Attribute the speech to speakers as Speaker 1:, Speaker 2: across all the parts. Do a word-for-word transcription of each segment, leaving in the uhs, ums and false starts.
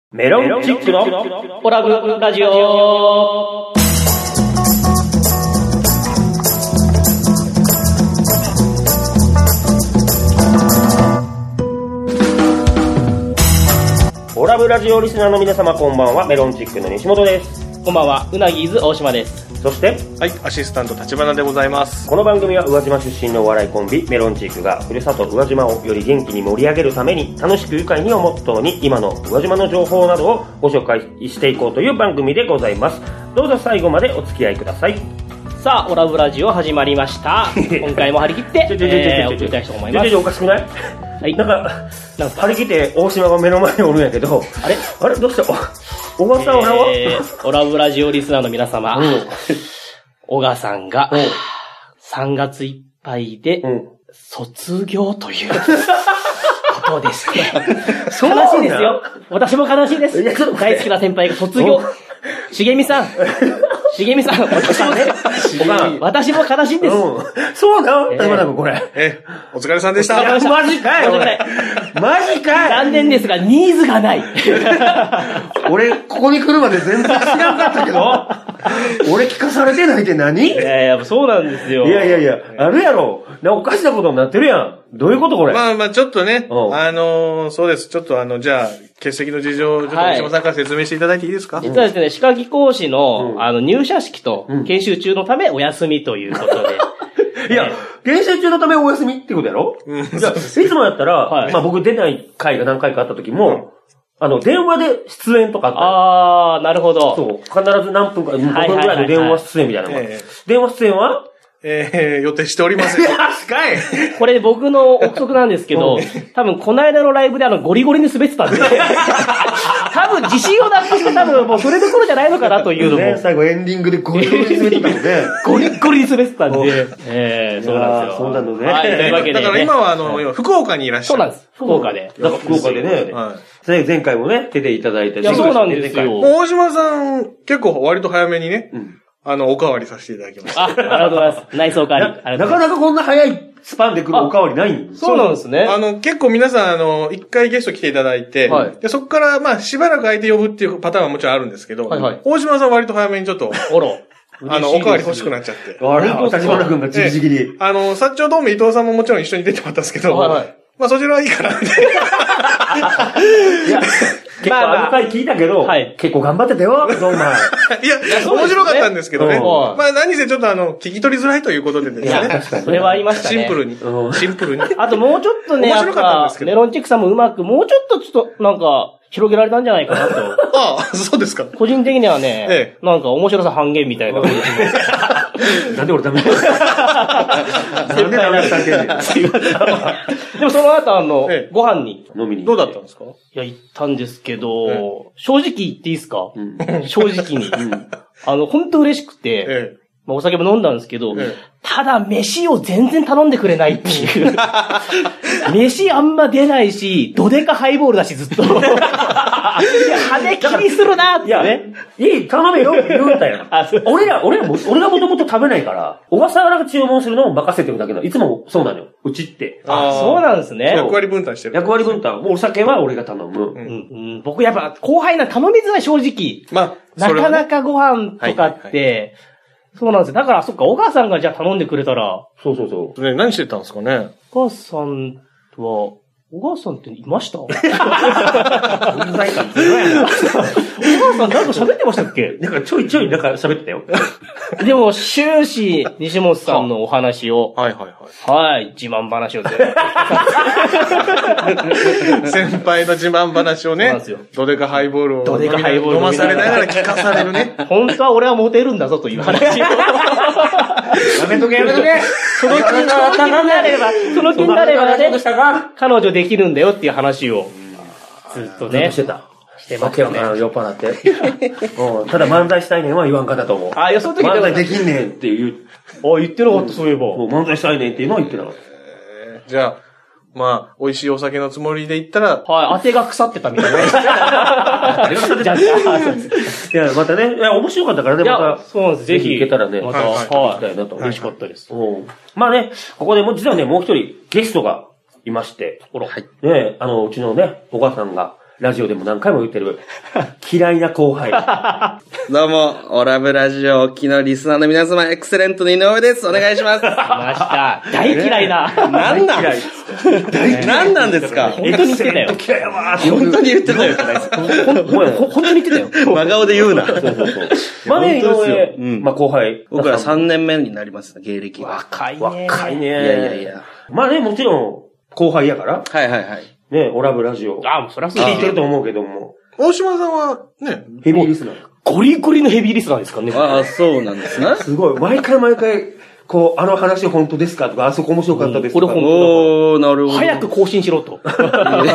Speaker 1: メロンチックのオラブラジオ。オラブラジオリスナーの皆様、こんばんは。メロンチックの西本です。
Speaker 2: こんばんは。うなぎーず大島です。
Speaker 1: そして
Speaker 3: はい、アシスタント立花でございます。
Speaker 1: この番組は宇和島出身のお笑いコンビメロンチックがふるさと宇和島をより元気に盛り上げるために、楽しく愉快にをモットーに今の宇和島の情報などをご紹介していこうという番組でございます。どうぞ最後までお付き合いください。
Speaker 2: さあ、オラブラジオ始まりました。今回も張り切ってえー、送りたいと思います。
Speaker 1: ちょちょちょおかしくない？はい、なんかなんか張り切って大島が目の前におるんやけど、あれあれどうした？小川さん、俺は、
Speaker 2: えー、オラブラジオリスナーの皆様、うん、小川さんが、うん、さんがついっぱいで、うん、卒業ということですね。悲しいですよ。私も悲しいです。大好きな先輩が卒業。茂美さん。茂美さん、私もね、私も悲しいんです。うん、
Speaker 1: そうなの？立花君これ。
Speaker 3: え、お疲れさんでした。
Speaker 1: マジかいマジかい
Speaker 2: 残念ですが、ニーズがない。
Speaker 1: 俺、ここに来るまで全然知らんかったけど、俺聞かされてないって何？
Speaker 2: いやいや、そうなんですよ。
Speaker 1: いやいやいや、あるやろ。なおかしなことになってるやん。どういうことこれ？
Speaker 3: まあまあちょっとね、あのー、そうです。ちょっとあの、じゃあ、欠席の事情をちょっと大島さんから説明していただいていいですか？はい、
Speaker 2: 実はですね、歯科技講師の、うん、あの、入社式と研修中のためお休みということで。
Speaker 1: いや、研修中のためお休みってことやろ？うん、いや、いつもやったら、はい、まあ僕出ない回が何回かあった時も、うん、あの、電話で出演とかあった。
Speaker 2: ああ、なるほど。
Speaker 1: そう。必ず何分か、ごふんくらいの電話出演みたいなのが。電話出演は
Speaker 3: えー、予定しておりません。
Speaker 1: 確かい
Speaker 2: これ僕の憶測なんですけど、多分この間のライブであのゴリゴリに滑ってたんで、多分自信をなくして多分もうそれどころじゃないのかなというのも。
Speaker 1: ね、最後エンディングでゴリゴリに滑ってたもんね。
Speaker 2: ゴリゴリに滑ってたんで。えー、そうなんですよ。
Speaker 1: そうなのね。
Speaker 2: はい、というわけで、ね。
Speaker 3: だから今はあの、はい、福岡にいらっしゃる。
Speaker 2: そうなんです。福岡で。
Speaker 1: だから福岡でね。はい。前回もね、出ていただいて。
Speaker 2: いや、そうなんですよ。
Speaker 3: 大島さん、結構割と早めにね。うんあの、おかわりさせていただきました。
Speaker 2: あ、ありがとうございます。内装管理。
Speaker 1: なかなかこんな早いスパンで来るおかわりないん
Speaker 2: そうなんですね。
Speaker 3: あの、結構皆さん、あの、一回ゲスト来ていただいて、はい、でそこから、まあ、しばらく相手呼ぶっていうパターンはもちろんあるんですけど、はいはい、大島さん割と早めにちょっと、
Speaker 2: あら。
Speaker 3: あの、おかわり欲しくなっちゃって。
Speaker 1: あら、立花君がじきじきに。
Speaker 3: あの、薩長同盟伊藤さんももちろん一緒に出てもらったんですけど、はいはい、まあ、そちらはいいかなって。
Speaker 1: いや、結構あの回聞いたけど、はい、結構頑張ってたよ、どんな。
Speaker 3: いや、面白かったんですけどね。まあ何せちょっとあの、聞き取りづらいということでですね。いや、
Speaker 2: 確かに。それはありましたね。
Speaker 3: シンプルに。シンプルに。
Speaker 2: あともうちょっとね、面白かったんですけど。メロンチックさんもうまく、もうちょっとちょっと、なんか、広げられたんじゃないかなと。
Speaker 3: ああ、そうですか。
Speaker 2: 個人的にはね、ええ、なんか面白さ半減みたいな。
Speaker 1: なんで俺ダメなんでダメしたんけんねん。
Speaker 2: でもその後あの、ええ、ご飯に。
Speaker 3: 飲みに。どうだったんですか？
Speaker 2: いや、行ったんですけど、ええ、正直言っていいですか？うん、正直に。うん、あの、本当嬉しくて、ええまあ、お酒も飲んだんですけど、ええ、ただ飯を全然頼んでくれないっていう。飯あんま出ないし、どでかハイボールだしずっと。派手気にするなってね。
Speaker 1: いや、いい、頼めよって言うんだよ。俺ら、俺らも、俺がもともと食べないから、小笠原が注文するのを任せてるだけだ。いつもそうなのよ。うちって。
Speaker 2: あ、そうなんですね。
Speaker 3: 役割分担してる。
Speaker 1: 役割分担。お酒は俺が頼む。うん
Speaker 2: うん、僕やっぱ後輩な頼みづらい正直。まあ、なかなかご飯とかって、そうなんですよ。だから、そっか、お母さんがじゃあ頼んでくれたら。
Speaker 1: そうそうそう。
Speaker 3: ね、何してたんですかね。
Speaker 2: お母さんは、お母さんっていました？うる
Speaker 1: さい感じやな。お
Speaker 2: 母さんなんか喋ってましたっけ？
Speaker 1: なんかちょいちょいなんか喋ってたよ。
Speaker 2: でも、終始、西本さんのお話を。
Speaker 3: はいはいはい。
Speaker 2: はい、自慢話を。
Speaker 3: 先輩の自慢話をね。そうなんですよ。どでかハイボールを。
Speaker 2: どでかハイボールを
Speaker 3: 飲まされながら聞かされるね。
Speaker 2: 本当は俺はモテるんだぞという話を。
Speaker 1: やめとけやめとけ。
Speaker 2: その気になれば、その気になればね、彼女できるんだよっていう話を、ずっとね。
Speaker 1: してた。
Speaker 2: してましたね。
Speaker 1: 酔っ払って。ただ漫才したいねんは言わんかったと思う。
Speaker 2: あ、いや、その時
Speaker 1: 漫才できんねんって言う。
Speaker 2: あ、言ってなかった、そういえば。
Speaker 1: 漫才したいねんっていうのは言ってなかった。
Speaker 3: じゃあ、まあ、美味しいお酒のつもりで言ったら。
Speaker 2: はい、当てが腐ってたみたいな。当てが腐ってた。い
Speaker 1: や、またね、いや、面白かったからね、また。
Speaker 2: そうなんです、ぜひ。
Speaker 1: 行けたらね、
Speaker 2: また、はい、
Speaker 1: 行きたいなと。
Speaker 2: 嬉しかったです。
Speaker 1: まあね、ここでも、実はね、もう一人ゲストがいまして。はい。ね、あの、うちのね、お母さんが、 ラジオでも何回も言ってる、嫌いな後輩。
Speaker 4: どうも、オラブラジオ沖のリスナーの皆様、エクセレントの井上です。お願いします。来
Speaker 2: ました。大嫌いな。
Speaker 4: なんなんなんなんですか？
Speaker 2: 本当に言ってたよ。
Speaker 1: 嫌いやわー。
Speaker 4: 本当に言ってたよ。
Speaker 2: 本当に言ってたよ。
Speaker 4: 真顔で言うな。
Speaker 1: そうそうそう。まあね、井上、うん、まあ後輩。
Speaker 4: 僕らさんねんめになりますね、芸歴が。
Speaker 2: 若いね。
Speaker 1: 若いね。い
Speaker 4: やいやいや。
Speaker 1: まあね、もちろん、後輩やから。
Speaker 4: はいはいはい。
Speaker 1: ね、オラブラジオ。
Speaker 2: ああ、もうそりゃそう
Speaker 1: 聞いてると思うけども。
Speaker 3: 大島さんは、ね、
Speaker 1: ヘビーリスナー。
Speaker 2: ゴリゴリのヘビーリスナーですからね。
Speaker 4: ああ、そうなんですね。
Speaker 1: すごい。毎回毎回、こう、あの話本当ですかとか、あそこ面白かったですか、うん、
Speaker 2: これ本当
Speaker 4: おー、なるほど。
Speaker 2: 早く更新しろと。全然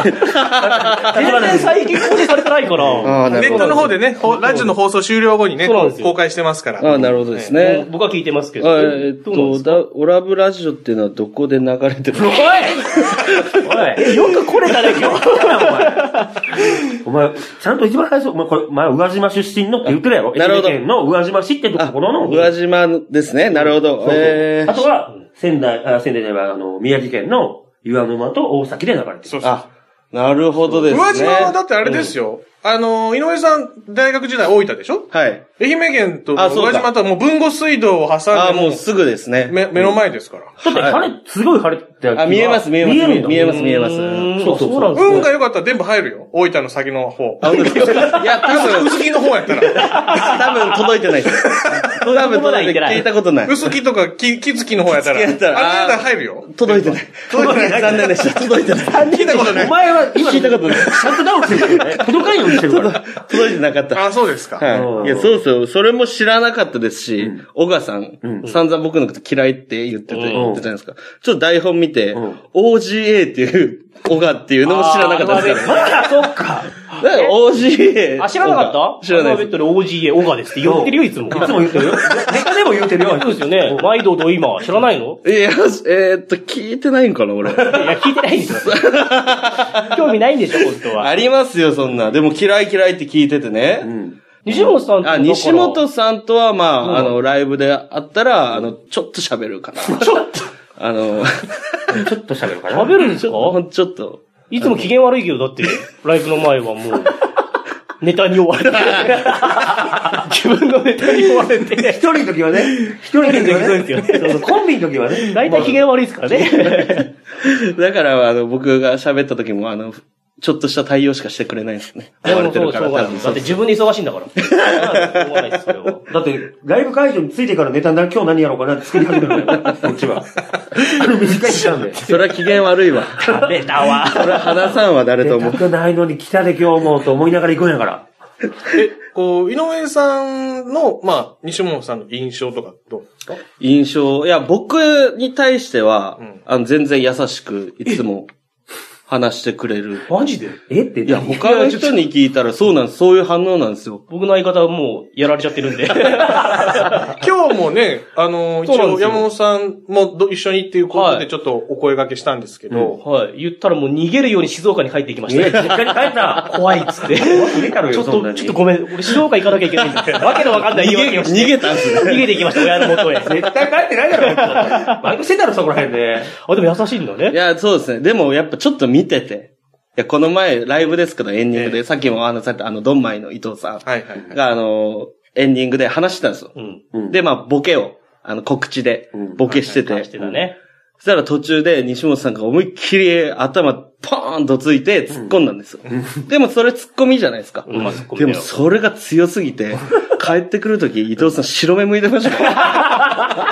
Speaker 2: 最近更新されてないから。
Speaker 3: ネットの方でね、ラジオの放送終了後にね、公開してますから。
Speaker 4: ああ、なるほどですね。
Speaker 2: 僕は聞いてますけど。
Speaker 4: えっと、オラブラジオっていうのはどこで流れてるの？
Speaker 2: おいおいよく来れたね、今日。
Speaker 1: お前、ちゃんと一番最初、お前、これ、前、宇和島出身のって言ってたやろ？
Speaker 4: なるほど。
Speaker 1: 愛媛県の宇和島市ってところの。
Speaker 4: 宇和島ですね。なるほど。
Speaker 1: あとは、仙台、あ、仙台では、あの、宮城県の岩沼と大崎で流れてる。
Speaker 3: そうそう。
Speaker 4: あ、なるほどですね。
Speaker 3: 宇和島はだってあれですよ。うん、あの、井上さん、大学時代大分でしょ？
Speaker 4: はい。
Speaker 3: 愛媛県と宇和島とはもう豊後水道を挟んで。
Speaker 4: あ、もうすぐですね。
Speaker 3: 目、目の前ですから。
Speaker 1: だって晴れ、すごい晴れて
Speaker 4: あ、見えます、見えます、見えます、見えます。
Speaker 2: そうそうそう。
Speaker 3: 運が良かったら全部入るよ。大分の先の方。
Speaker 4: あ、いや、多分、
Speaker 3: 薄木の方やったら。
Speaker 4: 多分届いてないです。多分届いてない。聞いたことない。
Speaker 3: 薄木とか木、木月の方やったら。あれやったら入るよ。
Speaker 4: 届いてない。届いてない。残念でした。届いてない。
Speaker 3: 聞いたことない。
Speaker 1: お前は今聞いたことない。シャットダウンしてるよね。届かんようにしてるから。
Speaker 4: 届いてなかった。
Speaker 3: あ、そうですか。
Speaker 4: はい。いや、そうそう。それも知らなかったですし、小川さん、散々僕のこと嫌いって言ってて、言ってたじゃないですか。ちょっと台本見て、オージーエー っていう、小川っていうのも知らなかったですから。
Speaker 2: あ、そっか。
Speaker 4: オージーエー。
Speaker 2: あ、知らなかった
Speaker 4: 知らない
Speaker 2: アルファベットで オージーエー、小川ですって言ってるよ、いつも。
Speaker 1: いつも言ってるよ。ネタでも言ってるよ。
Speaker 2: そうですよね。毎度と今、知らないの？
Speaker 4: いや、えーっと、聞いてないんかな、俺。いや、
Speaker 2: 聞いてないんですよ。興味ないんでしょ、本当は。
Speaker 4: ありますよ、そんな。でも嫌い嫌いって聞いててね。うん。
Speaker 2: 西本さんと
Speaker 4: あ、西本さんとは、まあ、うん、あの、ライブであったら、あの、ちょっと喋るかな。
Speaker 2: ちょっと
Speaker 4: あの、
Speaker 1: ちょっと喋るかな。
Speaker 2: 喋るんですか？
Speaker 4: ちょっと。
Speaker 2: いつも機嫌悪いけど、だって、ライブの前はもう、ネタに追われて。自分のネタに追われて。
Speaker 1: 一人の時はね。一人の時はね。そうですよね。コンビの時はね。
Speaker 2: 大体機嫌悪いですからね。
Speaker 4: だから、あの、僕が喋った時も、あの、ちょっとした対応しかしてくれないんですね。追われてるから。
Speaker 2: だって自分で忙しいんだから。
Speaker 1: だって、ライブ会場に着いてからネタな、今日何やろうかなって作り始めるんだよ。こっちは。あの短い時間で。
Speaker 4: それは機嫌悪いわ。
Speaker 2: 食べたわ。
Speaker 4: それは花さんは誰と思う？
Speaker 1: 出たくないのに来たで今日もと思いながら行くんやから。
Speaker 3: え、こう、井上さんの、まあ、西本さんの印象とかどうですか？
Speaker 4: 印象、いや、僕に対しては、うん、あの、全然優しく、いつも、話してくれる。
Speaker 2: マジで？
Speaker 1: えって
Speaker 4: いや、他の人に聞いたらそうなんです。そういう反応なんですよ。
Speaker 2: 僕の相方はもうやられちゃってるんで。
Speaker 3: 今日もね、あの、一応山本さんも一緒にっていうことでちょっとお声掛けしたんですけど。
Speaker 2: はい。言ったらもう逃げるように静岡に帰っていきました。
Speaker 1: 実家に帰った
Speaker 2: 怖いっつって。ちょっと、ちょっとごめん。俺静岡行かなきゃいけないんだけど。わけのわかんない言い訳をして。
Speaker 4: 逃げたんですね。
Speaker 2: 逃げていきました、親の元へ。
Speaker 1: 絶対帰ってないだろ。バイトしてたろ、そこら辺で。
Speaker 2: あ、でも優しいんだね。
Speaker 4: いや、そうですね。でもやっぱちょっと見てて。いや、この前、ライブですけど、エンディングで、えー、さっきもあの、さっきあの、ドンマイの伊藤さんが、はいはいはい、あの、エンディングで話してたんですよ。うん、で、まあ、ボケを、あの、告知で、ボケしてて。うん、
Speaker 2: してたね。
Speaker 4: そしたら途中で西本さんが思いっきり頭ポーンとついて突っ込んだんですよ。うん、でもそれ突っ込みじゃないですか。うん、でもそれが強すぎて、帰ってくるとき伊藤さん白目向いてましたから。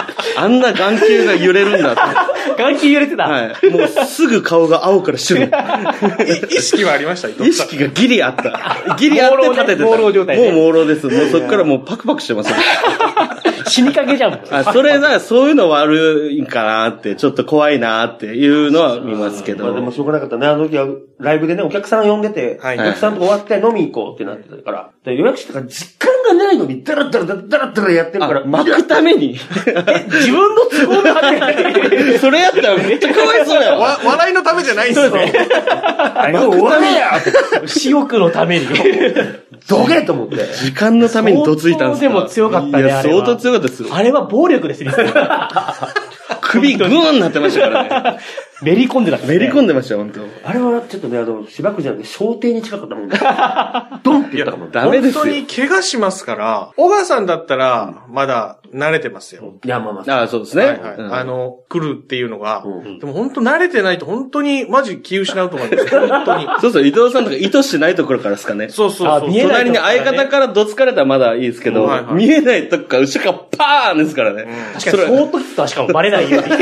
Speaker 4: あんな眼球が揺れるんだって。
Speaker 2: 眼球揺れてた。
Speaker 4: はい。もうすぐ顔が青から白。
Speaker 3: 意識はありました、伊藤さん。
Speaker 4: 意識がギリあった。ギリあって立ててた。
Speaker 2: 朦朧状態、
Speaker 4: ね。もう朦朧です。もうそっからもうパクパクしてます。
Speaker 2: 死にかけじゃん。
Speaker 4: あ、それな、そういうの悪いんかなって、ちょっと怖いなっていうのは見ますけど。
Speaker 1: まあでもしょうがなかったね。あの時はライブでね、お客さん呼んでて、はい、お客さんと終わって飲み行こうってなってたから。で予約してから時間がないのにダラダラダラダラダラやってるから。
Speaker 4: 巻くために
Speaker 2: え、自分の都合が
Speaker 4: ってそれやったらめっちゃかわいそうやわ。
Speaker 3: 笑いのためじゃないんですよ。
Speaker 1: あれ、終われや
Speaker 2: 私欲のために。
Speaker 1: どけと思って。
Speaker 4: 時間のためにどついたんですか？
Speaker 2: でも強かったね。
Speaker 4: いや、相当強かったです。
Speaker 2: あれは暴力ですね。
Speaker 4: 首グーンなってましたからね。
Speaker 2: めり込んでた、ね。
Speaker 4: めり込んでましたよ、本当。
Speaker 1: あれはちょっとね、あの、芝生じゃなくて、小艇に近かったもんね。ドンって言ったかも。
Speaker 4: ダメですよ。
Speaker 3: 本当に怪我しますから、小川さんだったら、まだ慣れてますよ。
Speaker 1: いや、まあまあ。
Speaker 4: ああ、そうですね。
Speaker 3: はいはい。うん、あの、来るっていうのが、うん、でも本当慣れてないと本当に、マジ気失うと思うんですよ。本当に。
Speaker 4: そうそう、伊藤さんとか意図してないところからですかね。
Speaker 3: そうそうそう。
Speaker 4: 隣に相方からどつかれたらまだいいですけど、はいはい、見えないとこから後ろからパーンですからね。
Speaker 2: うん、確かに、そーっときたしかもバレないように。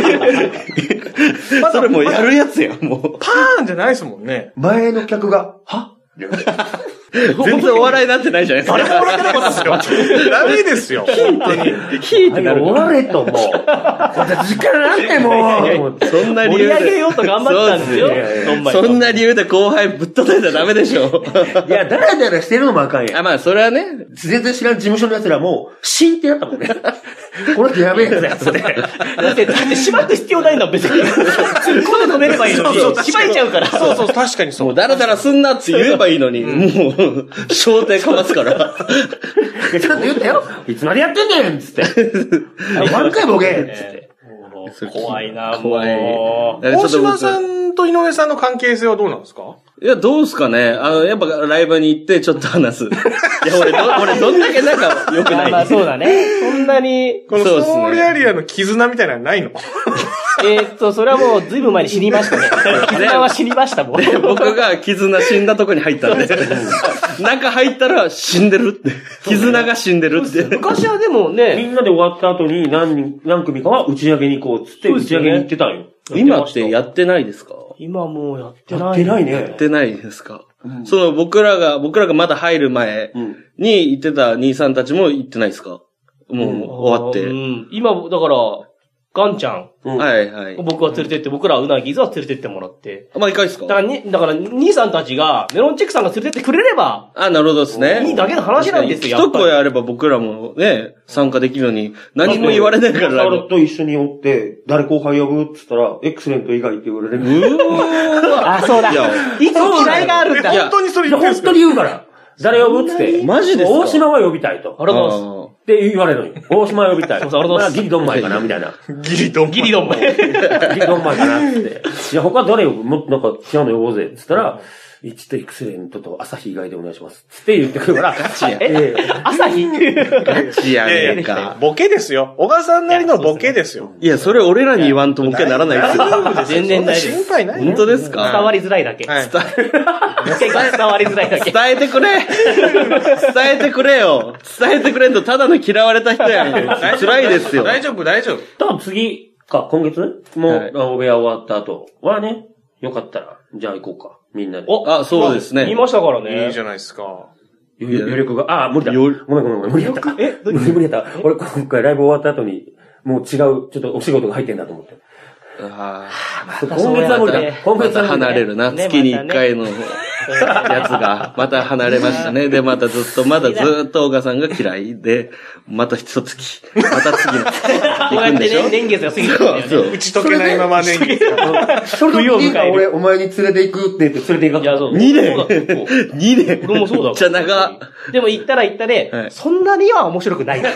Speaker 4: それもうやるやつや、もう。
Speaker 3: パーンじゃないですもんね。
Speaker 1: 前の客が、は
Speaker 4: 全然お笑いになってないじゃないですか。
Speaker 3: 誰も笑ってないですよ。ダメですよ、本当に。
Speaker 4: ヒーってなる。
Speaker 1: 終われと、もう。時間なんてもう。
Speaker 4: そんな理由で。
Speaker 2: 盛り上げようと頑張ったんですよ。
Speaker 4: そんな理由で後輩ぶっ叩いたらダメでしょ。
Speaker 1: いや、だらだらしてるのもあかんやん。
Speaker 4: あ、まあ、それはね。
Speaker 1: 全然知らん事務所の奴らも、シーンってやったもんね。この人やべえやつやつで。
Speaker 2: だって、だって縛って必要ないんだ、別に。突っ込んで止めればいいのに。縛いちゃうから。
Speaker 3: そうそう、確かにそう。
Speaker 4: もうダラダラすんなって言えばいいのに、もう、焦点かますから。
Speaker 1: ちゃんと言ったよ。いつまでやってんねんつって。何回ボケつって。
Speaker 2: 怖いな、
Speaker 4: 怖い。
Speaker 3: 大島さんと井上さんの関係性はどうなんですか？
Speaker 4: いや、どうすかね。あの、やっぱライブに行ってちょっと話す。いや、俺ど、俺どんだけ仲良くない。
Speaker 2: まあそうだね。そんなに。
Speaker 3: このソーリアリアの絆みたいなのないの？
Speaker 2: えーっと、それはもうずいぶん前に死にましたね。絆は死にましたもん。
Speaker 4: 僕が絆死んだとこに入ったんで。中入ったら死んでるって。絆が死んでるって。
Speaker 2: 昔はでもね。
Speaker 1: みんなで終わった後に何人、何組かは打ち上げに行こうっつって打ち上げに行ってたんよ。
Speaker 4: 今ってやってないですか？
Speaker 2: 今もうやってない。
Speaker 1: やってないね。
Speaker 4: やってないですか。うん、その僕らが、僕らがまだ入る前に行ってた兄さんたちも行ってないですか？もう終わって。うん、
Speaker 2: 今、だから、ガンちゃん。
Speaker 4: うん、はいはい。
Speaker 2: 僕は連れてって、僕らはうなぎずは連れてってもらって。
Speaker 4: 毎回ですか？
Speaker 2: だからに、だから、兄さんたちが、メロンチェックさんが連れてってくれれば。
Speaker 4: あ、なるほどですね。
Speaker 2: いいだけの話なんですよ、
Speaker 4: やっぱり。一声あれば僕らもね、参加できるのに、何も言われないから。
Speaker 1: ライブと一緒におって、誰後輩呼ぶって言ったら、エクセレント以外って言われる。う
Speaker 2: ーわ。あ、そうだ。いつも嫌いがあるんだ。
Speaker 3: 本当にそれ言うんですか？
Speaker 1: 本当に言うから。誰呼ぶって。
Speaker 4: マジですか？
Speaker 1: 大島は呼びたいと。
Speaker 2: ありがとうございます。
Speaker 1: って言われるのに。大島呼びたい。
Speaker 2: そうそう、ありがとうございます。
Speaker 1: ギリドンマイかなみたいな。
Speaker 3: ギリドンマイ。
Speaker 2: ギリドンマイ。
Speaker 1: ギリドンマイかなって。いや、他誰呼ぶ？もっとなんか違うの呼ぼうぜ。つったら、一とエクセレントと朝日以外でお願いします。つって言ってくるから。
Speaker 4: ガチや。
Speaker 2: え、朝日
Speaker 4: ガチやねんか。
Speaker 3: ボケですよ。小川さんなりのボケですよ。
Speaker 4: いや、それ俺らに言わんとボケならないですよ。
Speaker 2: 全然大丈夫。
Speaker 3: 心配ない。
Speaker 4: 本当ですか？
Speaker 2: 伝わりづらいだけ。
Speaker 3: はい。
Speaker 2: ボケが伝わりづらいだけ。
Speaker 4: 伝えてくれ伝えてくれよ伝えてくれんとただの嫌われた人やん。辛いですよ。
Speaker 3: 大丈夫、大丈夫。
Speaker 1: 多分次か、今月もう、お部屋終わった後はね、よかったら、じゃあ行こうか。みんなで。
Speaker 4: お、あ、そうですね。
Speaker 2: 言いましたからね。
Speaker 3: いいじゃないですか。
Speaker 1: 余力が、あ、無理だ。ごめんごめんごめん、無理だった。え無理無理だった。俺今回ライブ終わった後に、もう違う、ちょっとお仕事が入ってんだと思って。
Speaker 4: あ
Speaker 1: あ、今月は無理だ。今月は
Speaker 4: 離れるな。月に一回のやつが、また離れましたね。で、またずっと、まだずっと小川さんが嫌いで、また一月、また次の。
Speaker 2: こうやってね、年月が過ぎてるんだよね。
Speaker 3: 打ち解けないまま年月が。
Speaker 1: それを迎える。俺、お前に連れて行くって言って連れて行く。いや、そう。
Speaker 4: にねん !にねん
Speaker 2: 俺もそうだ。
Speaker 4: めっちゃ長。
Speaker 2: でも行ったら行ったで、そんなには面白くない。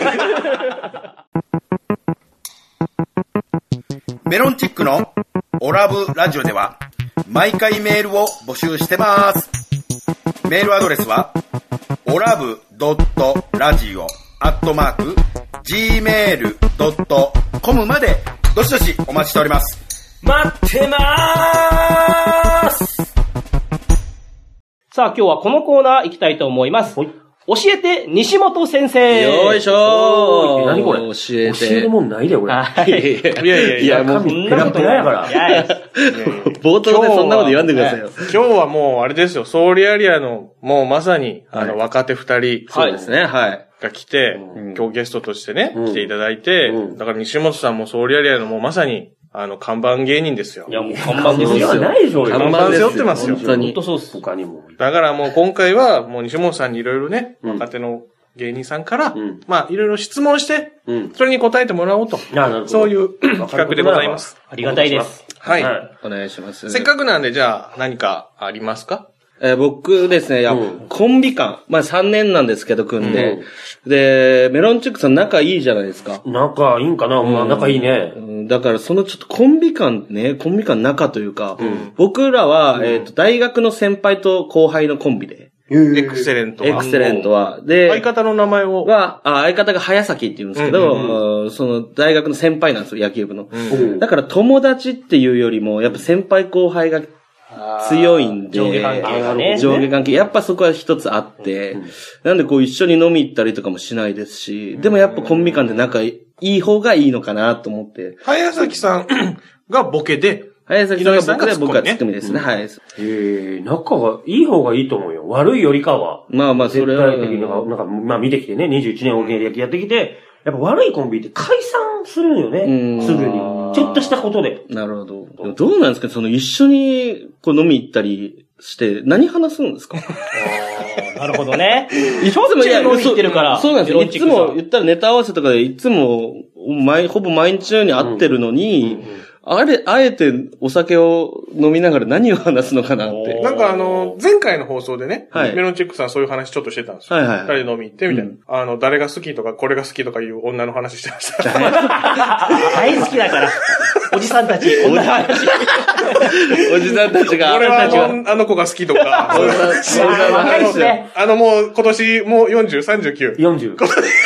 Speaker 5: メロンチックのオラブラジオでは毎回メールを募集してます。メールアドレスはオラブドットラジオアットマークジーメールドットコムまでどしどしお待ちしております。
Speaker 1: 待ってまーす。
Speaker 2: さあ今日はこのコーナー行きたいと思います。教えて西本先生。
Speaker 4: よいしょー。
Speaker 1: 何これ？
Speaker 4: 教えて。
Speaker 1: 教えるもんないでよこれ。
Speaker 2: はい。
Speaker 3: いやいやいや
Speaker 4: いやもう
Speaker 1: ペラペラやから。
Speaker 2: いやいや。
Speaker 4: 冒頭でそんなこと言わんでくださいよ。
Speaker 3: 今日はもうあれですよ。ソーリアリアのもうまさにあの若手二人。
Speaker 4: そうですね。はい。
Speaker 3: が来て、今日ゲストとしてね、来ていただいて、だから西本さんもソーリアリアのもうまさにあの、看板芸人ですよ。
Speaker 2: いや、もう看板ですよ。
Speaker 1: ないでしょうよ。
Speaker 3: 看板背負ってますよ。
Speaker 4: 本当に。
Speaker 2: 本当そうっす。
Speaker 1: 他にも。
Speaker 3: だからもう今回は、もう西本さんにいろいろね、若手の芸人さんから、まあ、いろいろ質問して、それに答えてもらおうと。そういう企画でございます。
Speaker 2: ありがたいです。
Speaker 3: はい。
Speaker 4: お願いします。
Speaker 3: せっかくなんで、じゃあ、何かありますか？
Speaker 4: えー、僕ですね、いや、うん、コンビ感。まあさんねんなんですけど、組んで。うん、で、メロンチックさん仲いいじゃないですか。
Speaker 1: 仲いいんかな、うん、まあ仲いいね。
Speaker 4: うん、だからそのちょっとコンビ感ね、コンビ感仲というか、うん、僕らは、えっと、大学の先輩と後輩のコンビで。
Speaker 3: エクセレント
Speaker 4: は。エクセレントは。で、
Speaker 3: 相方の名前を。
Speaker 4: は、あ、相方が早崎って言うんですけど、うんうん、その大学の先輩なんですよ、野球部の。うん、だから友達っていうよりも、やっぱ先輩後輩が、強いんで、
Speaker 2: 上下関係がね。
Speaker 4: 上下関係。やっぱそこは一つあって、うん、なんでこう一緒に飲み行ったりとかもしないですし、でもやっぱコンビ間で仲いい方がいいのかなと思って。
Speaker 3: 早崎さんがボケで、
Speaker 4: 早崎さんがボケで僕はツッコミですね。うん、はい。
Speaker 1: ええ、仲がいい方がいいと思うよ。悪いよりかは。
Speaker 4: まあまあ、それは。
Speaker 1: 絶対的になんか、まあ見てきてね、にじゅういちねん大喜利野球やってきて、やっぱ悪いコンビって解散するんよね。すぐに。ちょっとしたことで。
Speaker 4: なるほど。どうなんですかその一緒にこう飲み行ったりして何話すんですか
Speaker 2: あなるほどね。いつも飲み行ってるから。
Speaker 4: そうなんですよ。いつも言ったらネタ合わせとかでいつも毎ほぼ毎日のように会ってるのに、うんうんうん、あれ、あえてお酒を飲みながら何を話すのかなって。
Speaker 3: なんかあの、前回の放送でね、はい、メロンチックさんそういう話ちょっとしてたんですよ。はいはい、二人で飲み行ってみたいな、うん。あの、誰が好きとかこれが好きとかいう女の話してました。
Speaker 2: 大好きだから。おじさんたち、女の話。
Speaker 4: おじさんたちが。
Speaker 3: 俺はあの子が好きとか。
Speaker 2: そんな話ね。
Speaker 3: あのもう今年もうよんじゅう、さんじゅうきゅう。
Speaker 1: よんじゅう。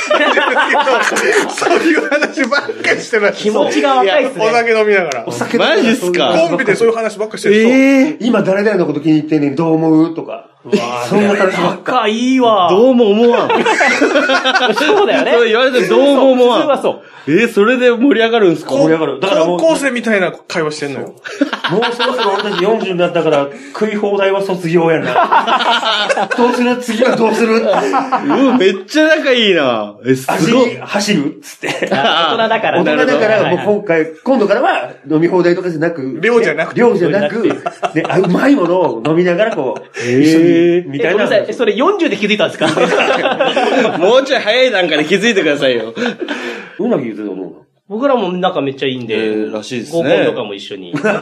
Speaker 3: そういう話ばっかりしてる。
Speaker 2: 気持ちが若いっすね。
Speaker 3: お酒飲みながら。
Speaker 4: お酒マジっすか
Speaker 3: コンビでそういう話ばっかりしてる。
Speaker 1: ええー、今誰々のこと気に入ってんねん、どう思うとか。
Speaker 2: そんな話ばっか。仲いいわ。
Speaker 4: どうも思わん。
Speaker 2: そうだよね。
Speaker 4: そう言われてどうも思わん。
Speaker 2: 普通はそう。
Speaker 4: えー、それで盛り上がるんすか？
Speaker 1: 盛り上がる。
Speaker 3: だからもう。高校生みたいな会話してんのよ。
Speaker 1: もうそろそろ俺たちよんじゅうになったから、食い放題は卒業やな。どうする次はどうする
Speaker 4: うわ、めっちゃ仲いいな。え、すごい。
Speaker 1: 走るつって。
Speaker 2: 大人だから。
Speaker 1: 大人だから、もう今回、今度からは飲み放題とかじゃなく。
Speaker 3: 量じゃなくて。
Speaker 1: 量じゃなく、で、うまいものを飲みながらこう、一緒に、みたいな。
Speaker 2: それよんじゅうで気づいたんですか？
Speaker 4: もうちょい早い段階で気づいてくださいよ。
Speaker 1: うなぎ言うてたの？
Speaker 2: 僕らも仲めっちゃいいんで。
Speaker 4: えー、らしいですね。
Speaker 2: 合コンとかも一緒に。散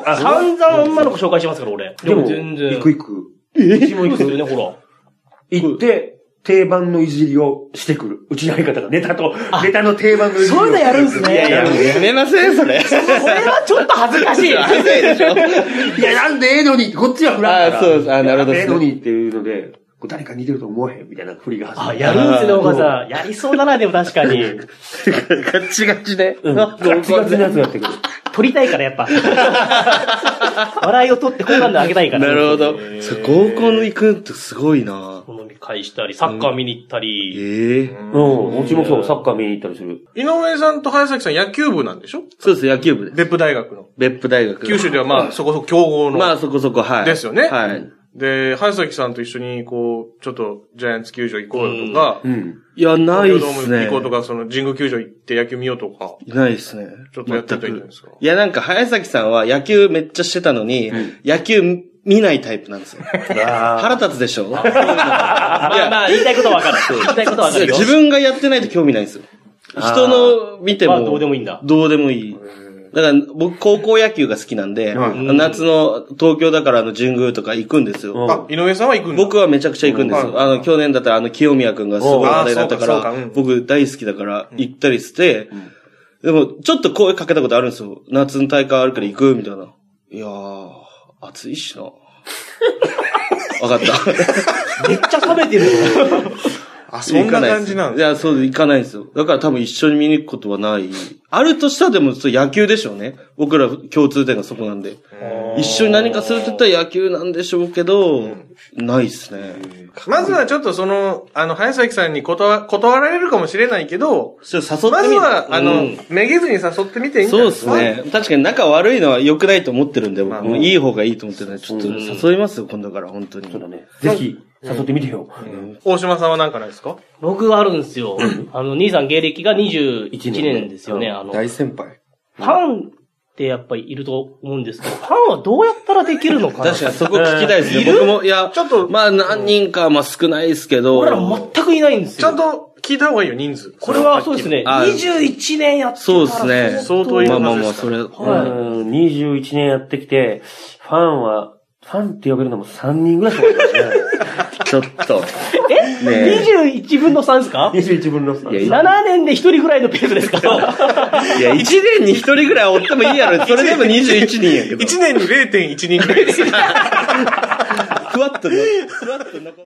Speaker 2: 々女の子紹介しますから、俺。
Speaker 1: でも全然。行く行く。
Speaker 2: えー、うちも行くよね、ほら。
Speaker 1: 行って、定番のいじりをしてくる。うちの相方がネタと、ネタの定番のいじりを。
Speaker 2: そういうのやるんすね。いやいや、
Speaker 4: やめません、それ。
Speaker 2: それはちょっと恥ずかしい。
Speaker 4: 恥ずかしいでしょ。
Speaker 1: いや、なんでええのに、こっちはフランから。
Speaker 4: あ、そうです。あ、なるほど。
Speaker 1: ええのにっていうので、誰か似てると思わへんみたいな振りが始まる。
Speaker 2: あ、やるんすね、岡さん。やりそうだな、でも確かに。
Speaker 4: ガチガチで。
Speaker 1: うん。ガチガチのやつやってくる。
Speaker 2: 撮りたいから、やっぱ。笑いを取って好感度上げたいから。
Speaker 4: なるほど。合コン行くってすごいな。
Speaker 2: 飲み会したり、サッカー見に行ったり。
Speaker 1: ええ。うん。うちもそう、サッカー見に行ったりする。
Speaker 3: 井上さんと早崎さん野球部なんでしょ？
Speaker 4: そうです、野球部です。
Speaker 3: 別府大学の。
Speaker 4: 別府大学。
Speaker 3: 九州ではまあ、そこそこ強豪の。
Speaker 4: まあ、そこそこ、はい。
Speaker 3: ですよね。
Speaker 4: はい。
Speaker 3: で、早崎さんと一緒に、こう、ちょっと、ジャイアンツ球場行こうよとか、
Speaker 4: うん。いや、ないっすね。
Speaker 3: 行こうとか、その、神宮球場行って野球見ようとか。
Speaker 4: ないっすね。
Speaker 3: ちょっとやってたらいいんじゃないですか。
Speaker 4: いや、なんか、早崎さんは野球めっちゃしてたのに、うん、野球見ないタイプなんですよ。腹立つでしょ？まあ
Speaker 2: まあ、言いたいことはわかる。言いたいことはわかるよ。
Speaker 4: 自分がやってないと興味ないんですよ。人の見ても。
Speaker 2: まあ、どうでもいいんだ。
Speaker 4: どうでもいい。だから、僕、高校野球が好きなんで、うん、夏の東京だからあの神宮とか行くんですよ。
Speaker 3: あ、井上さんは行くんだ。
Speaker 4: 僕はめちゃくちゃ行くんですよ。うん、あの、去年だったらあの、清宮くんがすごい話題だったから、僕大好きだから行ったりして、うん、でも、ちょっと声かけたことあるんですよ。夏の大会あるから行くみたいな。いやー、暑いしな。わかった。
Speaker 2: めっちゃ冷めてる。
Speaker 3: あ、そんな感じなん
Speaker 4: です。いや、そう、行かないんですよ。だから多分一緒に見に行くことはない。あるとしたらでも野球でしょうね。僕ら共通点がそこなんで。一緒に何かするって言ったら野球なんでしょうけど、うん、ないっすね。
Speaker 3: まずはちょっとその、あの、早崎さんに断、断られるかもしれないけど、
Speaker 4: 誘ってみ
Speaker 3: まずは、あの、うん、めげずに誘ってみていいんじゃないですか。
Speaker 4: そうですね。確かに仲悪いのは良くないと思ってるんで、僕もいい方がいいと思ってるんで、ちょっと誘いますよ、今度から、本当に。
Speaker 1: そうだね。ぜひ。誘ってみてよ。
Speaker 3: うん、大島さんは何かないですか？
Speaker 2: 僕はあるんですよ。あの、兄さん芸歴がにじゅういちねんですよね。あの、
Speaker 4: 大先輩。
Speaker 2: ファンってやっぱりいると思うんですけど、ファンはどうやったらできるのかな？
Speaker 4: 確かにそこ聞きたいですね。僕も、いや、ちょっと、まあ何人か、まあ少ないですけど。
Speaker 2: 俺ら全くいないんです
Speaker 3: よ。ちゃんと聞いた方がいいよ、人数。
Speaker 2: これはそうですね。にじゅういちねんやってきたら
Speaker 4: そうですね。
Speaker 3: 相当いるはずです。
Speaker 4: まあまあまあ、それ。
Speaker 1: はい。にじゅういちねんやってきて、ファンは、フファンって呼べるのもさんにんぐらいしかいないね。
Speaker 4: ちょっと。
Speaker 2: え、ね、にじゅういちぶんのさんですか ?
Speaker 1: にじゅういちぶんのさん。
Speaker 2: いや、ななねんでひとりぐらいのペースですか
Speaker 4: いや、いちねんにひとりぐらいおってもいいやろ。それでもにじゅういちにんやけど。
Speaker 3: いちねんに れいてんいちにんぐらいです。ふ
Speaker 4: わっとの、ふわっと残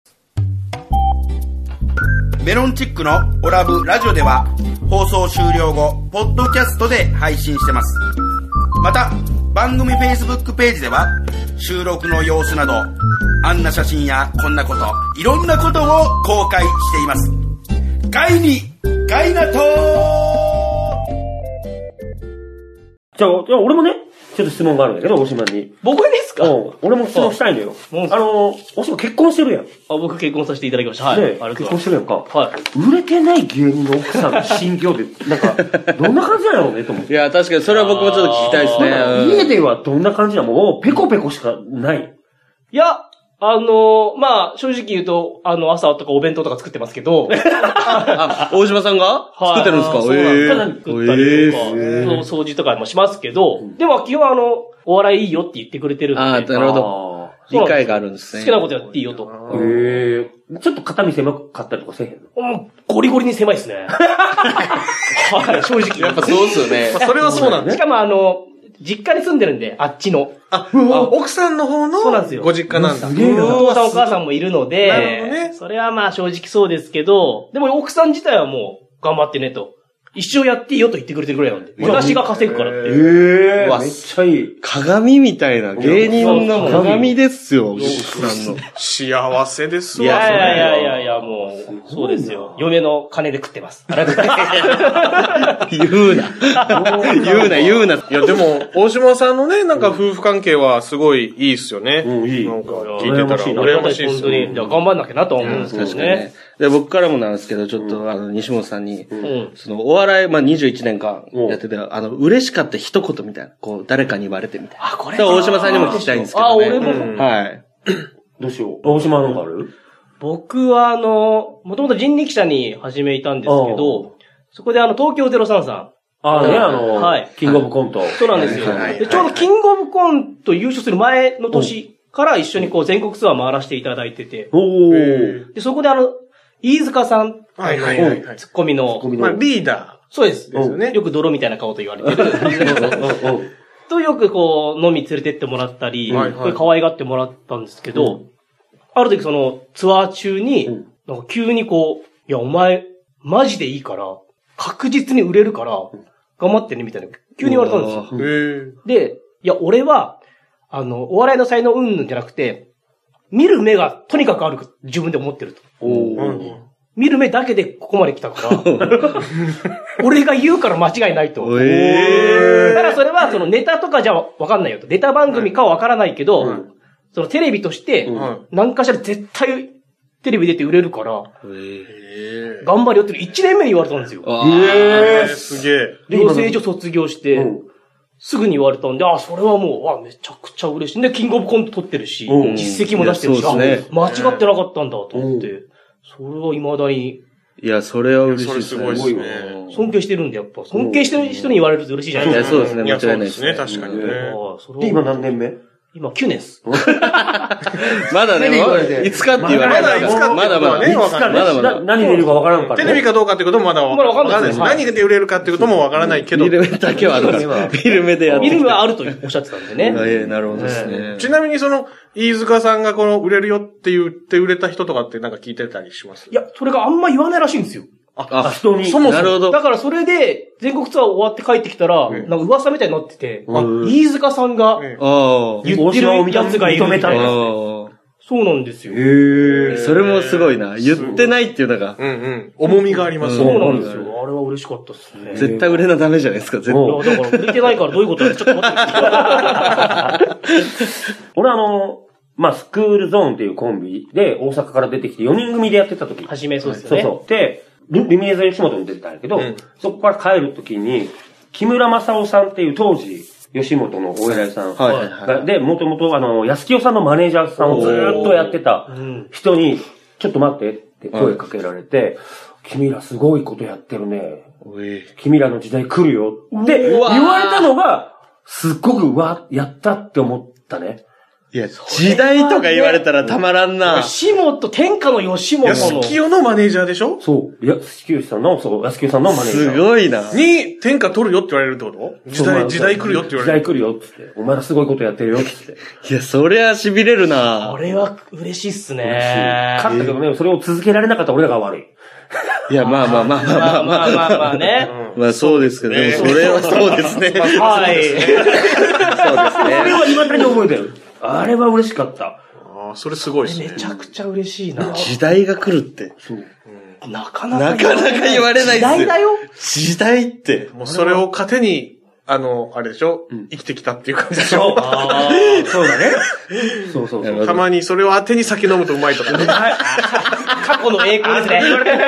Speaker 5: メロンチックのオラブラジオでは放送終了後、ポッドキャストで配信してます。また、番組 Facebook ページでは収録の様子など、あんな写真やこんなこと、いろんなことを公開しています。ガイに、ガイナトー
Speaker 1: じゃあ、じゃあ俺もね、ちょっと質問があるんだけど、大島に。
Speaker 2: 僕ですか？
Speaker 1: うん。俺も質問したいんだよ。あの、大島結婚してるやん。
Speaker 2: あ、僕結婚させていただきました。はい。
Speaker 1: ね、結婚してるやんか。
Speaker 2: はい。
Speaker 1: 売れてない芸人の奥さんの心境で、なんか、どんな感じなのねと思って。
Speaker 4: いや、確かにそれは僕もちょっと聞きたいですね。
Speaker 1: 家ではどんな感じなの？もう、ペコペコしかない。
Speaker 2: いや、あのー、まあ、正直言うと、あの、朝とかお弁当とか作ってますけど。
Speaker 4: あ、大島さんが作ってるんですか？
Speaker 2: そうなんです。作ったりとか、
Speaker 4: えー、
Speaker 2: 掃除とかもしますけど、でも基本あの、お笑いいいよって言ってくれてるんで。
Speaker 4: ああ、なるほど。理解があるんですね。
Speaker 2: 好きなことやっていいよと。
Speaker 1: へえ。ちょっと肩身狭かったりとかせえへん
Speaker 2: の？うん、ゴリゴリに狭いですね。はい、正直。
Speaker 3: やっぱそうですよね。まあ、それはそうなんです。
Speaker 2: しかもあの、実家に住んでるんで、あっちの。
Speaker 3: あ、奥さんの方のご実家なんだ。
Speaker 2: お父さんお母さんもいるので、なるほどね。それはまあ正直そうですけど、でも奥さん自体はもう頑張ってねと。一生やっていいよと言ってくれてるぐらいなんで。私が稼ぐからって。
Speaker 1: へぇー。めっちゃいい。
Speaker 4: 鏡みたいな、芸人の鏡ですよ、奥さんの。
Speaker 3: 幸せですわ。
Speaker 2: いやいやいやいやいや、もう、そうですよ。嫁の金で食ってます。
Speaker 4: 言うな。言うな、言うな。い
Speaker 3: や、でも、大島さんのね、なんか夫婦関係はすごいいいっすよね。
Speaker 1: うん、いい。
Speaker 3: なんか聞いてたら羨ましいっすよ。
Speaker 2: 本当に。じゃあ頑張んなきゃなと思うんですけどね。
Speaker 4: で、僕からもなんですけど、ちょっと、あの、西本さんに、その、お笑い、まあ、にじゅういちねんかんやってて、あの、嬉しかった一言みたいな、こう、誰かに言われてみたいな。
Speaker 2: あ、これ
Speaker 4: 大島さんにも聞きたいんですけどね。
Speaker 2: あ、俺も。
Speaker 4: はい。
Speaker 1: どうしよう。大島なんかある？
Speaker 2: 僕は、あの、もともと人力車に始めたんですけど、そこであの、東京ゼロさんさん。
Speaker 1: ああね、あの、
Speaker 2: はい。
Speaker 1: キングオブコント。
Speaker 2: そうなんですよ。で、ちょうどキングオブコント優勝する前の年から一緒にこう、全国ツアー回らせていただいてて。
Speaker 1: おー。
Speaker 2: で、そこであの、飯塚さん。
Speaker 3: はいはいはい。
Speaker 2: ツッコミの。
Speaker 3: まあ、リーダー。
Speaker 2: そうです。
Speaker 3: ですよね。
Speaker 2: よく泥みたいな顔と言われてる。とよくこう、飲み連れてってもらったり、可愛がってもらったんですけど、ある時そのツアー中に、なんか急にこう、いやお前、マジでいいから、確実に売れるから、頑張ってねみたいな、急に言われたんですよ。で、いや俺は、あの、お笑いの才能うんぬんじゃなくて、見る目がとにかくある自分で思ってると。見る目だけでここまで来たから、俺が言うから間違いないと。えー、だからそれはそのネタとかじゃわかんないよと。ネタ番組かはわからないけど、うん、そのテレビとして、何かしら絶対テレビ出て売れるから、えー、頑張りよっていちねんめに言われたんですよ。
Speaker 3: えー、すげえ。
Speaker 2: 養成所卒業して、うん、すぐに言われたんで、あ、それはもう、あ、めちゃくちゃ嬉しい。で、キングオブコント取ってるし、うん、実績も出してるし、ね、あ、間違ってなかったんだと思って。うんそれは未だに。
Speaker 4: いや、それは嬉しいですね。
Speaker 3: それすごいですね。
Speaker 2: 尊敬してるんで、やっぱ。尊敬してる人に言われると嬉しいじゃないですか。
Speaker 4: いや、そうですね。間違いない
Speaker 3: ですね。確かにね。
Speaker 1: で、今何年目？
Speaker 2: 今きゅうねんです。
Speaker 4: まだね、いつかって言われない。
Speaker 3: まだいつか
Speaker 4: まだまだ。
Speaker 1: いつかね。まだまだ。何出るかわからんから。
Speaker 3: テレビかどうかってこともまだわからないです。何で売れるかってこともわからないけど。
Speaker 4: 見る目だけはあるから。見る目でやって。
Speaker 2: 見る目はあるとおっしゃってたんでね。
Speaker 4: ええ、なるほどですね。
Speaker 3: ちなみにその、飯塚さんがこの売れるよって言って売れた人とかってなんか聞いてたりします？
Speaker 2: いや、それがあんま言わないらしいんですよ。
Speaker 1: あ、人に。
Speaker 2: そもそも。なるほど。だからそれで、全国ツアー終わって帰ってきたら、なんか噂みたいになってて、あ、飯塚さんが、言ってるやつがいるみたいな。そうなんですよ。
Speaker 4: へえ。それもすごいな。言ってないっていうのが。
Speaker 3: うんうん。重みがあります。
Speaker 2: そうなんですよ。あれは嬉しかったですね。
Speaker 4: 絶対売れなダメじゃないですか、絶対。
Speaker 2: だから売れてないからどういうことだちょっと待って。
Speaker 1: 俺あの、まあ、スクールゾーンっていうコンビで大阪から出てきてよにん組でやってた時。
Speaker 2: はじめそうですよね。
Speaker 1: そうそう。で、ルミネーザ吉本に出てたんやけど、うん、そこから帰る時に、木村正夫さんっていう当時、吉本のお偉いさん。はいはいはい、で、もともとあの、安清さんのマネージャーさんをずーっとやってた人に、ちょっと待ってって声かけられて、君らすごいことやってるね。君らの時代来るよって言われたのが、すっごくわ、やったって思ったね。
Speaker 4: いや、時代とか言われたらたまらんな。
Speaker 2: 吉本、天下の吉本の。
Speaker 3: 安清のマネージャーでしょ？
Speaker 1: そう。安清さんの、そう、安清さんのマネージャー。
Speaker 4: すごいな。
Speaker 3: に、天下取るよって言われるってこと？時代、時代来るよって言われる。
Speaker 1: 時代来るよって言って。お前らすごいことやってるよって言って。
Speaker 4: いや、そりゃ痺れるな。
Speaker 2: これは嬉しいっすね。
Speaker 1: 勝ったけどね、それを続けられなかった俺らが悪い。
Speaker 4: いや、まあまあまあまあまあまあまあまあね。まあそうですけど、でもそれはそうですね。
Speaker 2: はい。そうですね。
Speaker 1: それは未だに覚えてる。あれは嬉しかった。あ
Speaker 3: あ、それすごいですね。
Speaker 2: めちゃくちゃ嬉しいな。
Speaker 4: 時代が来るって。
Speaker 2: なかなか。
Speaker 4: なかなか言われないですよ。時
Speaker 2: 代だよ。
Speaker 4: 時代って。
Speaker 3: もうそれを糧に、あの、あれでしょ、うん、生きてきたっていう感じでしょ。
Speaker 1: ああ、そうだね。そうそうそう。
Speaker 3: たまにそれを当てに酒飲むとうまいとかね。
Speaker 2: 過去の栄光ですね。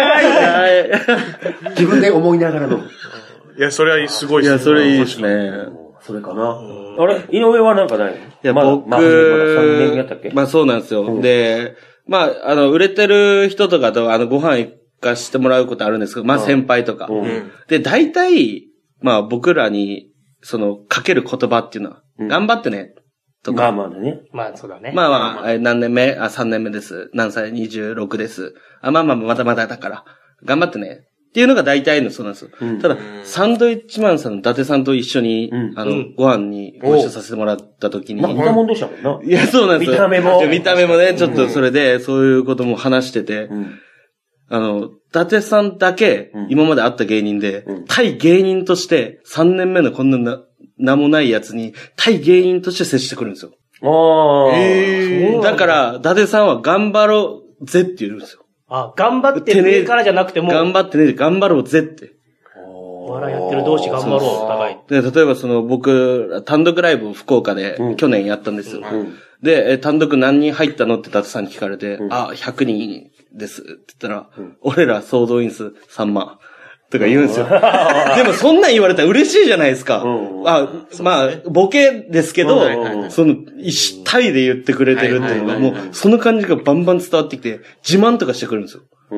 Speaker 1: 自分で思いながらの。
Speaker 3: いや、それはすごい
Speaker 4: ですね。いや、それいいですね。
Speaker 1: それかな。あれ井上はなんかない？い
Speaker 4: や、
Speaker 1: まだ
Speaker 4: 僕、
Speaker 1: まあ、さんねんやったっけ？
Speaker 4: まあそうなんですよ。うん、で、まあ、あの、売れてる人とかと、あの、ご飯行かしてもらうことあるんですけど、まあ先輩とか。うん、で、大体、まあ僕らに、その、かける言葉っていうのは、うん、頑張ってね、とか。
Speaker 1: まあまあね。
Speaker 2: まあそうだね。
Speaker 4: まあまあ、何年目あ、さんねんめです。何歳 ?にじゅうろく です。あ、まあまあ、まだまだだから、頑張ってね。っていうのが大体のそうなんですよ。うん、ただ、サンドイッチマンさんの伊達さんと一緒に、うん、あの、うん、ご飯にご一緒させてもらった時に。
Speaker 1: まあ、似たもんでしたもんな。
Speaker 4: いや、そうなんですよ。
Speaker 1: 見た目も。
Speaker 4: 見た目もね、ちょっとそれで、そういうことも話してて、うん、あの、伊達さんだけ、今まで会った芸人で、うん、対芸人として、さんねんめのこんなな、名もないやつに、対芸人として接してくるんですよ。
Speaker 1: ああ。
Speaker 4: えー、だから、伊達さんは頑張ろうぜって言うんですよ。
Speaker 2: あ、頑張ってねからじゃなくても。
Speaker 4: 頑張ってね、頑張ろうぜって。
Speaker 2: お笑いやってる同士頑張ろう、お互い。
Speaker 4: で、例えばその僕、単独ライブを福岡で去年やったんですよ。うん、で、単独何人入ったのって伊達さんに聞かれて、うん、あ、ひゃくにんですって言ったら、うん、俺ら総動員数さんまん。とか言うんですよ。でもそんなん言われたら嬉しいじゃないですか。うん、あ、まあ、ボケですけど、うん、その、一体で言ってくれてるっていうのが、もう、その感じがバンバン伝わってきて、自慢とかしてくるんですよ。うん、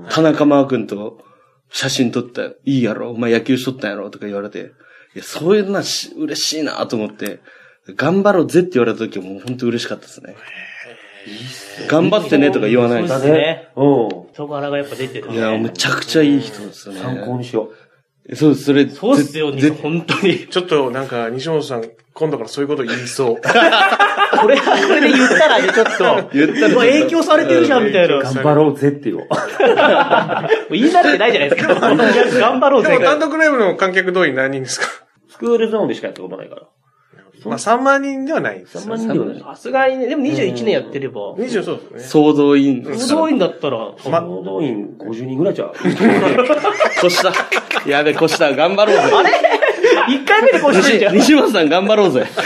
Speaker 4: 田中マー君と写真撮った、いいやろ、お前野球しとったんやろ、とか言われて、いや、そういうのは嬉しいなと思って、頑張ろうぜって言われた時はもう本当嬉しかったですね。いいっすね、頑張ってねとか言わないです。
Speaker 2: そうですね。うん。人柄がやっぱ出てる、ね。
Speaker 4: いや、めちゃくちゃいい人ですよね。
Speaker 1: 参考にしよ
Speaker 4: う。そうです、それ。
Speaker 2: そうっすよ、本当に。
Speaker 3: ちょっとなんか、西本さん、今度からそういうこと言いそう。
Speaker 2: これ、これで言ったらね、ちょっと。言ったら。もう影響されてるじゃん、みたいな。
Speaker 1: 頑張ろうぜって言おう。
Speaker 2: 言い慣れてないじゃないですか。頑張ろうぜ。
Speaker 3: でも単独ライブの観客動員何人ですか？
Speaker 1: スクールゾーンでしかやったことないから。
Speaker 3: まあさんまん人ではないです。
Speaker 1: さんまん人ではない。
Speaker 2: さすがにね、でもにじゅういちねんやってれば。
Speaker 3: にじゅうそうですね。
Speaker 4: 総動員。
Speaker 2: 総動員だったら。
Speaker 1: 総動員ごじゅうにんぐらいじゃ。
Speaker 4: 越した。やべ、越した。頑張ろうぜ。
Speaker 2: あれ一回目で越してんじゃん。
Speaker 4: 西本さん頑張ろうぜ。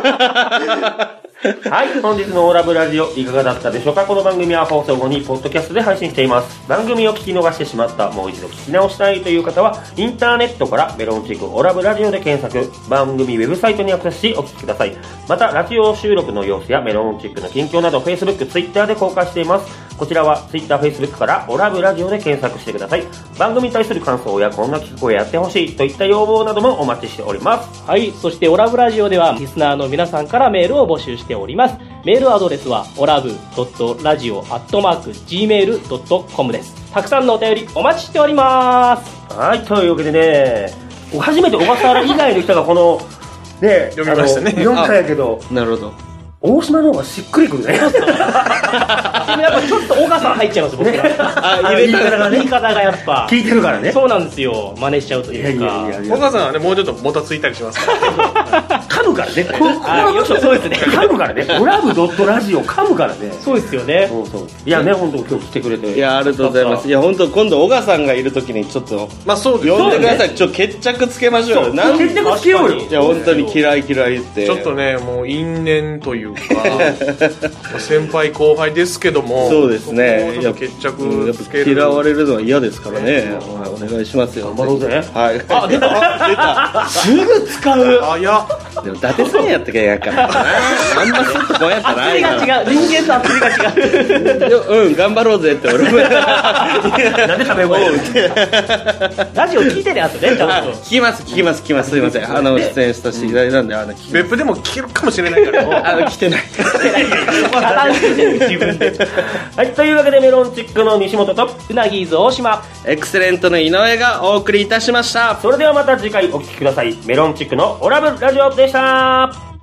Speaker 1: はい、本日のオーラブラジオいかがだったでしょうか。この番組は放送後にポッドキャストで配信しています。番組を聞き逃してしまった、もう一度聞き直したいという方はインターネットからメロンチックオーラブラジオで検索、番組ウェブサイトにアクセスしお聞きください。またラジオ収録の様子やメロンチックの近況など Facebook、Twitter で公開しています。こちらは Twitter、Facebook からオラブラジオで検索してください。番組に対する感想やこんな企画をやってほしいといった要望などもお待ちしております。
Speaker 2: はい、そしてオラブラジオではリスナーの皆さんからメールを募集しております。メールアドレスはオラブドットラジオアットマークジーメールドットコムです。たくさんのお便りお待ちしております。
Speaker 1: はい、というわけでね、初めて小笠原以外の人がこのね
Speaker 3: 読みましたね。
Speaker 1: 読んだんやけど、
Speaker 4: なるほど。
Speaker 1: 大島の方がしっくりくるね。
Speaker 2: なんかちょっと小笠原入っちゃいます僕ら。あ、言い方がね、言い方がやっぱ
Speaker 1: 聞いてるからね。
Speaker 2: そうなんですよ。真似しちゃうというか。
Speaker 3: 小笠原はね、もうちょっともたついたりしますから。
Speaker 1: 噛むからね。
Speaker 2: あ、よくそうですね。
Speaker 1: 噛むからね。オラブドットラジオ噛むからね。
Speaker 2: そうですよね。
Speaker 1: そうそう。いやね、本当今日来てくれて。
Speaker 4: いや、ありがとうございます。いや、本当今度小笠さんがいるときにちょっと、
Speaker 3: まあそうです。
Speaker 4: 呼んでください。ちょっと決着つけましょうよ。
Speaker 1: 決着つけようよ。
Speaker 4: いや、本当に嫌い嫌いって。
Speaker 3: ちょっとね、もう因縁というか。先輩後輩ですけども、
Speaker 4: そうですね。
Speaker 3: やっぱ決着つける。
Speaker 4: 嫌われるのは嫌ですからね。お願いしますよ。
Speaker 1: 頑張ろうぜ。
Speaker 4: はい。
Speaker 2: あ、出た。出た。すぐ使う。
Speaker 3: あ、いや。
Speaker 4: でも伊達さんやったけやからな。あんまスッとこうやったら
Speaker 2: 熱りが違う。人間と熱りが違
Speaker 4: う。うん、頑張ろうぜって俺も。
Speaker 1: なんで食べ声
Speaker 2: ラジオ聞いてるやつね、ちゃんと。
Speaker 4: 聞きます、聞きます、聞きます。すいません。あの、出演させていただいたんで、あの、
Speaker 3: 別府でも聞けるかもしれないから。
Speaker 4: あの、来てない。
Speaker 1: 自分で。はい、というわけでメロンチックの西本と、
Speaker 2: うなぎーず大島、
Speaker 4: エクセレントの井上がお送りいたしました。
Speaker 1: それではまた次回お聞きください。メロンチックのオラブラジオでした。